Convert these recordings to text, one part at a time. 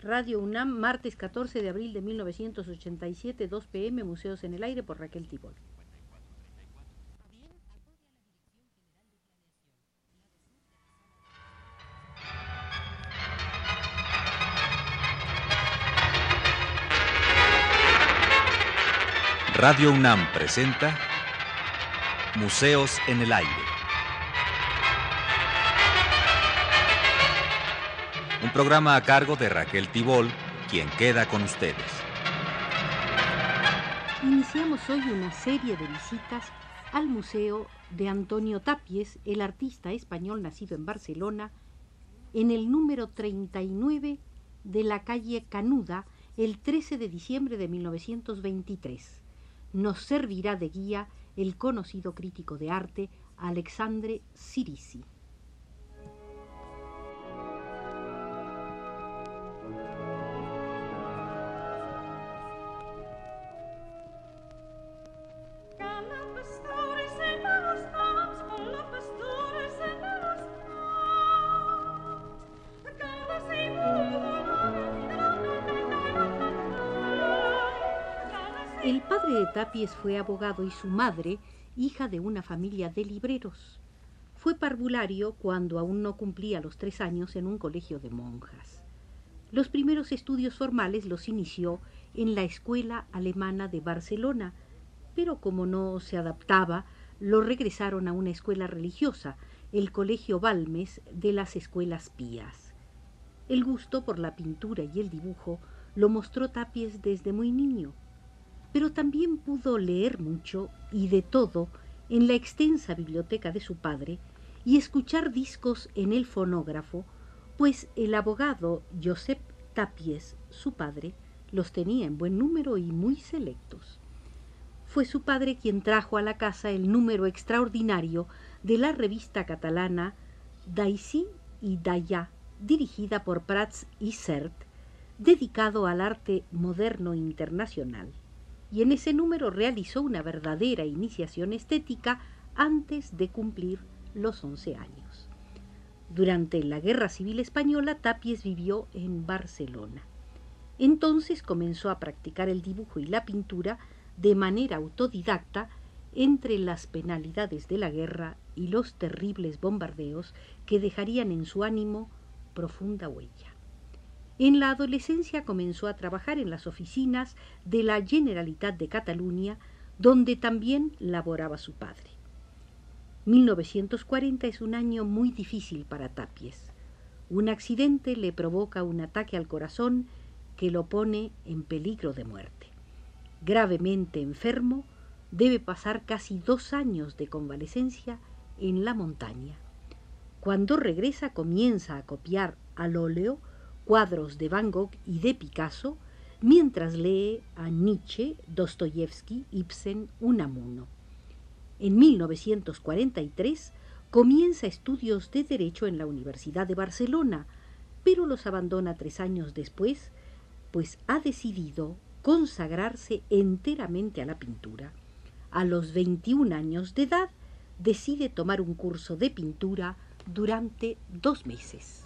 Radio UNAM, martes 14 de abril de 1987, 2 p.m., Museos en el Aire, por Raquel Tibol. Radio UNAM presenta Museos en el Aire. Un programa a cargo de Raquel Tibol, quien queda con ustedes. Iniciamos hoy una serie de visitas al Museo de Antonio Tapies, el artista español nacido en Barcelona, en el número 39 de la calle Canuda, el 13 de diciembre de 1923. Nos servirá de guía el conocido crítico de arte Alexandre Cirici. El padre de Tapies fue abogado y su madre, hija de una familia de libreros. Fue parvulario cuando aún no cumplía los 3 años en un colegio de monjas. Los primeros estudios formales los inició en la Escuela Alemana de Barcelona, pero como no se adaptaba, lo regresaron a una escuela religiosa, el Colegio Balmes de las Escuelas Pías. El gusto por la pintura y el dibujo lo mostró Tapies desde muy niño, pero también pudo leer mucho y de todo en la extensa biblioteca de su padre y escuchar discos en el fonógrafo, pues el abogado Josep Tapies, su padre, los tenía en buen número y muy selectos. Fue su padre quien trajo a la casa el número extraordinario de la revista catalana D'ací i d'Allà, dirigida por Prats i Cert, dedicado al arte moderno internacional. Y en ese número realizó una verdadera iniciación estética antes de cumplir los 11 años. Durante la Guerra Civil Española, Tapies vivió en Barcelona. Entonces comenzó a practicar el dibujo y la pintura de manera autodidacta entre las penalidades de la guerra y los terribles bombardeos que dejarían en su ánimo profunda huella. En la adolescencia comenzó a trabajar en las oficinas de la Generalitat de Cataluña, donde también laboraba su padre. 1940 es un año muy difícil para Tapies. Un accidente le provoca un ataque al corazón que lo pone en peligro de muerte. Gravemente enfermo, debe pasar casi 2 años de convalecencia en la montaña. Cuando regresa comienza a copiar al óleo cuadros de Van Gogh y de Picasso, mientras lee a Nietzsche, Dostoyevsky, Ibsen, Unamuno. En 1943 comienza estudios de Derecho en la Universidad de Barcelona, pero los abandona 3 años después, pues ha decidido consagrarse enteramente a la pintura. A los 21 años de edad decide tomar un curso de pintura durante 2 meses.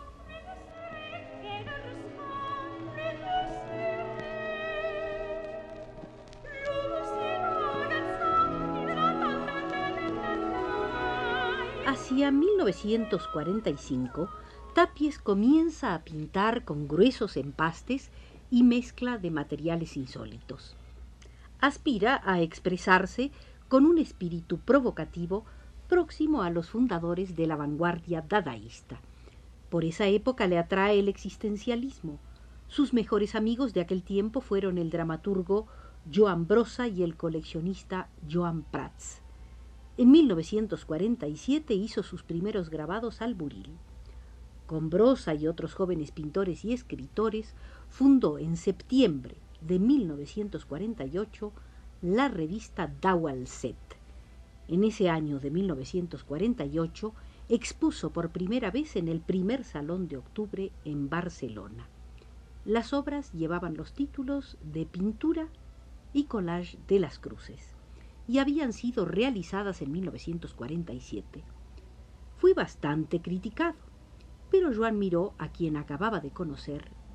Hacia 1945, Tapies comienza a pintar con gruesos empastes y mezcla de materiales insólitos. Aspira a expresarse con un espíritu provocativo próximo a los fundadores de la vanguardia dadaísta. Por esa época le atrae el existencialismo. Sus mejores amigos de aquel tiempo fueron el dramaturgo Joan Brossa y el coleccionista Joan Prats. En 1947 hizo sus primeros grabados al buril. Con Brossa y otros jóvenes pintores y escritores, fundó en septiembre de 1948 la revista Dau-al-Set. En ese año de 1948 expuso por primera vez en el primer Salón de Octubre en Barcelona. Las obras llevaban los títulos de Pintura y Collage de las Cruces, y habían sido realizadas en 1947. Fue bastante criticado, pero Joan Miró, a quien acababa de conocer,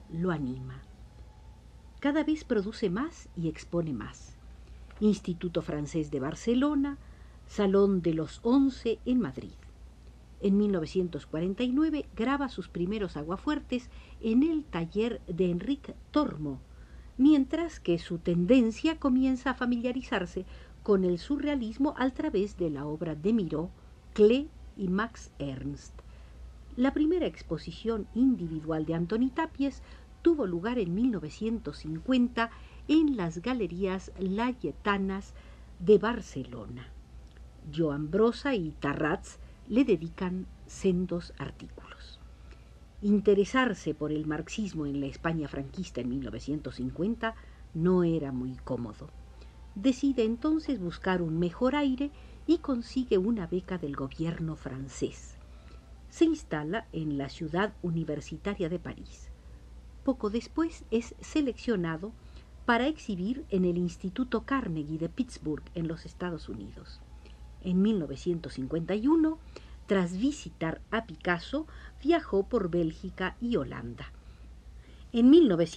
lo anima. Cada vez produce más y expone más. Instituto Francés de Barcelona, Salón de los 11 en Madrid. En 1949 graba sus primeros aguafuertes en el taller de Enric Tormo, mientras que su tendencia comienza a familiarizarse con el surrealismo a través de la obra de Miró, Klee y Max Ernst. La primera exposición individual de Antoni Tàpies tuvo lugar en 1950 en las Galerías Layetanas de Barcelona. Joan Brossa y Tarrats le dedican sendos artículos. Interesarse por el marxismo en la España franquista en 1950 no era muy cómodo. Decide entonces buscar un mejor aire y consigue una beca del gobierno francés. Se instala en la ciudad universitaria de París. Poco después es seleccionado para exhibir en el Instituto Carnegie de Pittsburgh, en los Estados Unidos. En 1951, tras visitar a Picasso, viajó por Bélgica y Holanda. En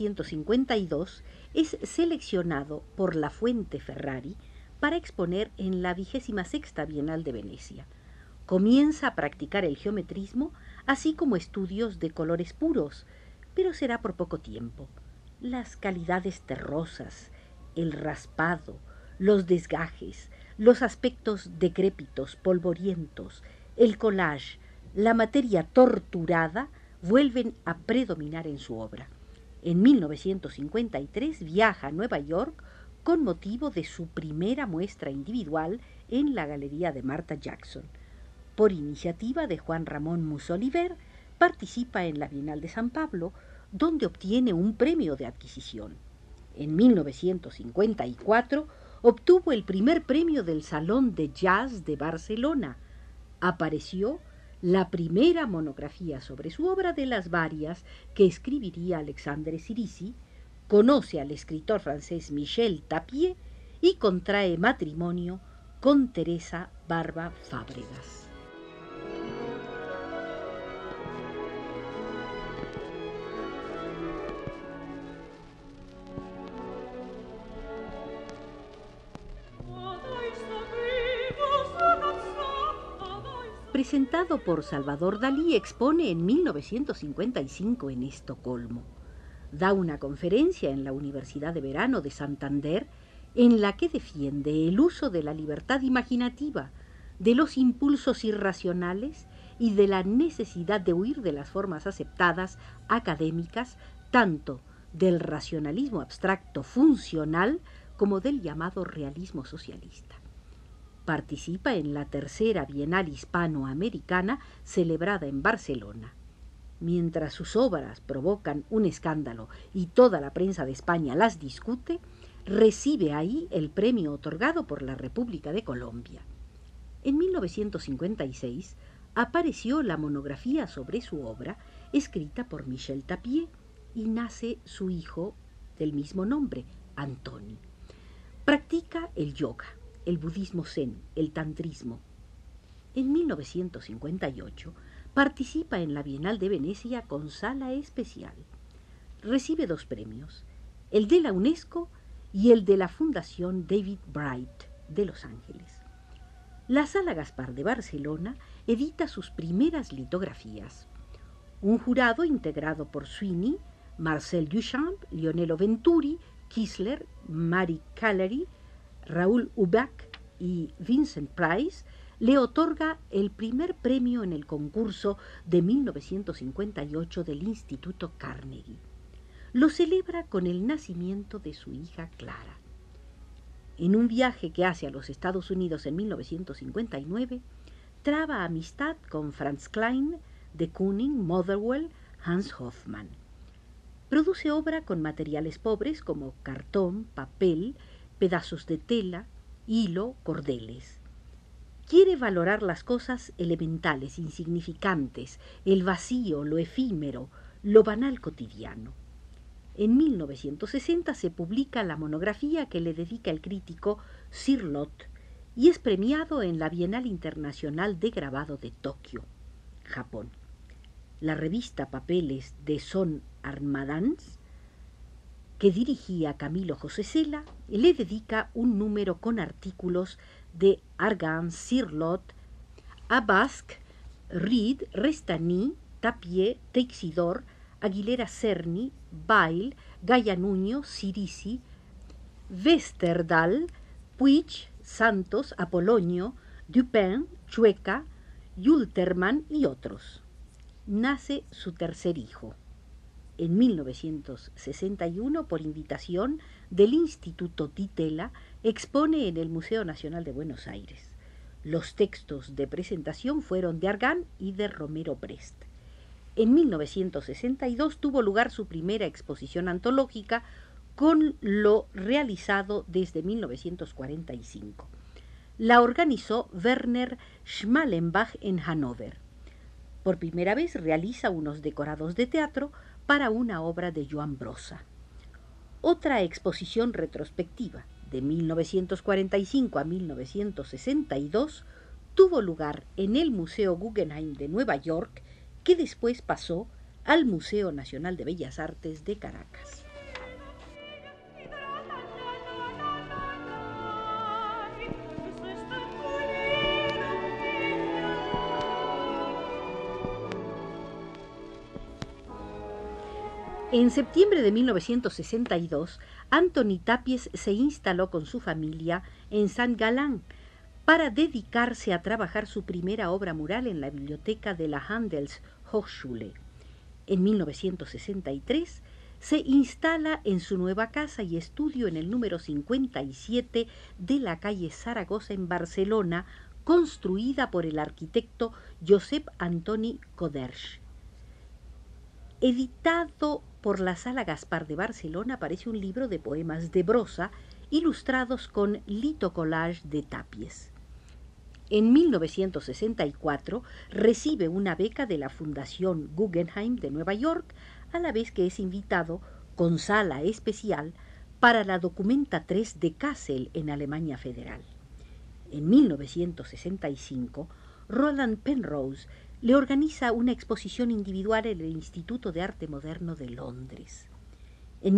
1952 es seleccionado por La Fuente Ferrari para exponer en la 26ª Bienal de Venecia. Comienza a practicar el geometrismo, así como estudios de colores puros, pero será por poco tiempo. Las calidades terrosas, el raspado, los desgajes, los aspectos decrépitos, polvorientos, el collage, la materia torturada vuelven a predominar en su obra. En 1953 viaja a Nueva York con motivo de su primera muestra individual en la Galería de Martha Jackson. Por iniciativa de Juan Ramón Musoliver, participa en la Bienal de San Pablo, donde obtiene un premio de adquisición. En 1954 obtuvo el primer premio del Salón de Jazz de Barcelona. Apareció la primera monografía sobre su obra de las varias que escribiría Alexandre Sirisi, conoce al escritor francés Michel Tapié y contrae matrimonio con Teresa Barba Fábregas. Presentado por Salvador Dalí, expone en 1955 en Estocolmo. Da una conferencia en la Universidad de Verano de Santander en la que defiende el uso de la libertad imaginativa, de los impulsos irracionales y de la necesidad de huir de las formas aceptadas académicas, tanto del racionalismo abstracto funcional como del llamado realismo socialista. Participa en la tercera Bienal Hispanoamericana celebrada en Barcelona. Mientras sus obras provocan un escándalo y toda la prensa de España las discute, recibe ahí el premio otorgado por la República de Colombia. En 1956 apareció la monografía sobre su obra, escrita por Michel Tapié, y nace su hijo del mismo nombre, Antoni. Practica el yoga, el budismo zen, el tantrismo. En 1958 participa en la Bienal de Venecia con sala especial. Recibe 2 premios, el de la UNESCO y el de la Fundación David Bright de Los Ángeles. La Sala Gaspar de Barcelona edita sus primeras litografías. Un jurado integrado por Sweeney, Marcel Duchamp, Lionel Venturi, Kistler, Marie Callery, Raoul Ubach y Vincent Price le otorga el primer premio en el concurso de 1958 del Instituto Carnegie. Lo celebra con el nacimiento de su hija Clara. En un viaje que hace a los Estados Unidos en 1959, traba amistad con Franz Klein, de Kooning, Motherwell, Hans Hofmann. Produce obra con materiales pobres como cartón, papel, pedazos de tela, hilo, cordeles. Quiere valorar las cosas elementales, insignificantes, el vacío, lo efímero, lo banal cotidiano. En 1960 se publica la monografía que le dedica el crítico Sir Lot y es premiado en la Bienal Internacional de Grabado de Tokio, Japón. la revista Papeles de Son Armadans, que dirigía Camilo José Cela, le dedica un número con artículos de Argan, Sirlot, Abasc, Reed, Restany, Tapié, Teixidor, Aguilera Cerny, Bail, Gaya Nuño, Sirisi, Westerdal, Puig, Santos, Apolonio, Dupin, Chueca, Yulterman y otros. Nace su tercer hijo. En 1961, por invitación del Instituto Di Tella, expone en el Museo Nacional de Buenos Aires. Los textos de presentación fueron de Argan y de Romero Brest. En 1962 tuvo lugar su primera exposición antológica con lo realizado desde 1945. La organizó Werner Schmallenbach en Hannover. Por primera vez realiza unos decorados de teatro para una obra de Joan Brossa. Otra exposición retrospectiva, de 1945 a 1962, tuvo lugar en el Museo Guggenheim de Nueva York, que después pasó al Museo Nacional de Bellas Artes de Caracas. En septiembre de 1962, Antoni Tàpies se instaló con su familia en Sant Galán para dedicarse a trabajar su primera obra mural en la biblioteca de la Handelshochschule. En 1963 se instala en su nueva casa y estudio en el número 57 de la calle Zaragoza en Barcelona, construida por el arquitecto Josep Antoni Coderch. Editado por la Sala Gaspar de Barcelona, aparece un libro de poemas de Brossa ilustrados con litocollage de Tàpies. En 1964 recibe una beca de la Fundación Guggenheim de Nueva York, a la vez que es invitado con sala especial para la Documenta 3 de Kassel en Alemania Federal. En 1965, Roland Penrose le organiza una exposición individual en el Instituto de Arte Moderno de Londres. En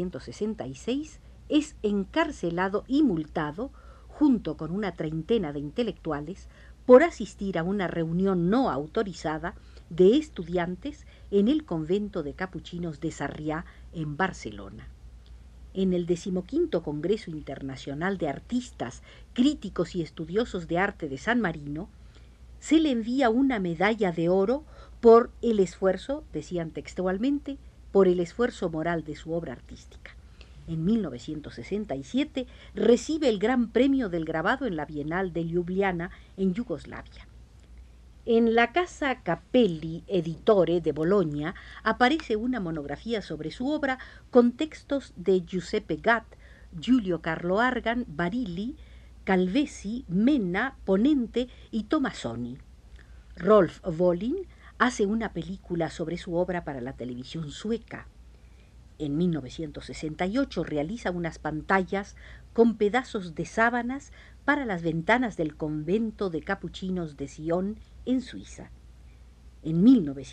1966 es encarcelado y multado, junto con una treintena de intelectuales, por asistir a una reunión no autorizada de estudiantes en el convento de capuchinos de Sarriá, en Barcelona. En el 15º Congreso Internacional de Artistas, Críticos y Estudiosos de Arte de San Marino, se le envía una medalla de oro por el esfuerzo, decían textualmente, por el esfuerzo moral de su obra artística. En 1967 recibe el Gran Premio del Grabado en la Bienal de Ljubljana, en Yugoslavia. En la Casa Capelli Editore de Bologna aparece una monografía sobre su obra con textos de Giuseppe Gat, Giulio Carlo Argan, Barilli, Calvesi, Mena, Ponente y Tomasoni. Rolf Wollin hace una película sobre su obra para la televisión sueca. En 1968 realiza unas pantallas con pedazos de sábanas para las ventanas del convento de capuchinos de Sion, en Suiza. En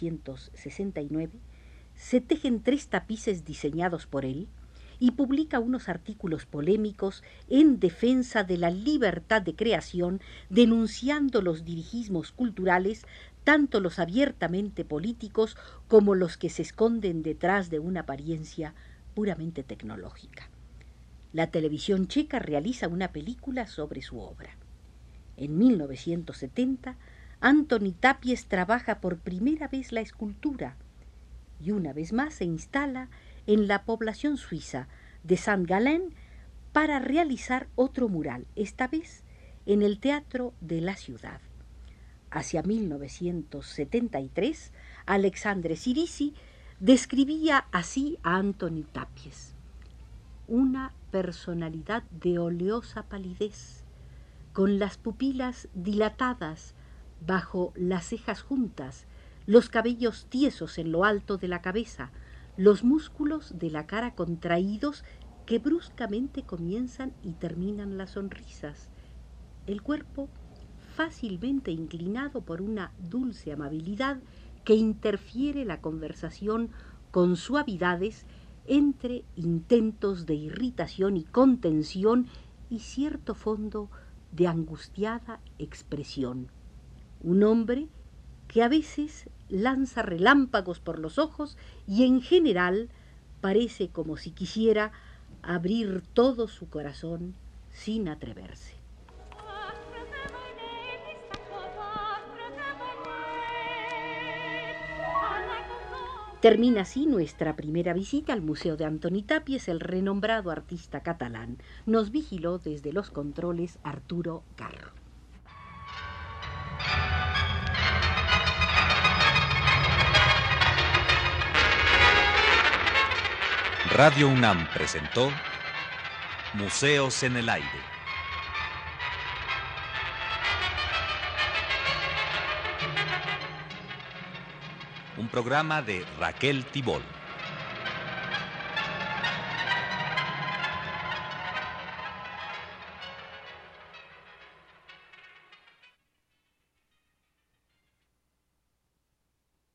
1969 se tejen 3 tapices diseñados por él y publica unos artículos polémicos en defensa de la libertad de creación, denunciando los dirigismos culturales, tanto los abiertamente políticos como los que se esconden detrás de una apariencia puramente tecnológica. La televisión checa realiza una película sobre su obra. En 1970, Antoni Tàpies trabaja por primera vez la escultura y una vez más se instala en la población suiza de Sant Galán para realizar otro mural, esta vez en el Teatro de la Ciudad. Hacia 1973, Alexandre Sirisi describía así a Antoni Tàpies: una personalidad de oleosa palidez, con las pupilas dilatadas bajo las cejas juntas, los cabellos tiesos en lo alto de la cabeza, los músculos de la cara contraídos que bruscamente comienzan y terminan las sonrisas, el cuerpo fácilmente inclinado por una dulce amabilidad que interfiere la conversación con suavidades entre intentos de irritación y contención y cierto fondo de angustiada expresión. Un hombre que a veces lanza relámpagos por los ojos y en general parece como si quisiera abrir todo su corazón sin atreverse. Termina así nuestra primera visita al Museo de Antoni Tàpies, el renombrado artista catalán. Nos vigiló desde los controles Arturo Carro. Radio UNAM presentó Museos en el Aire. Un programa de Raquel Tibol.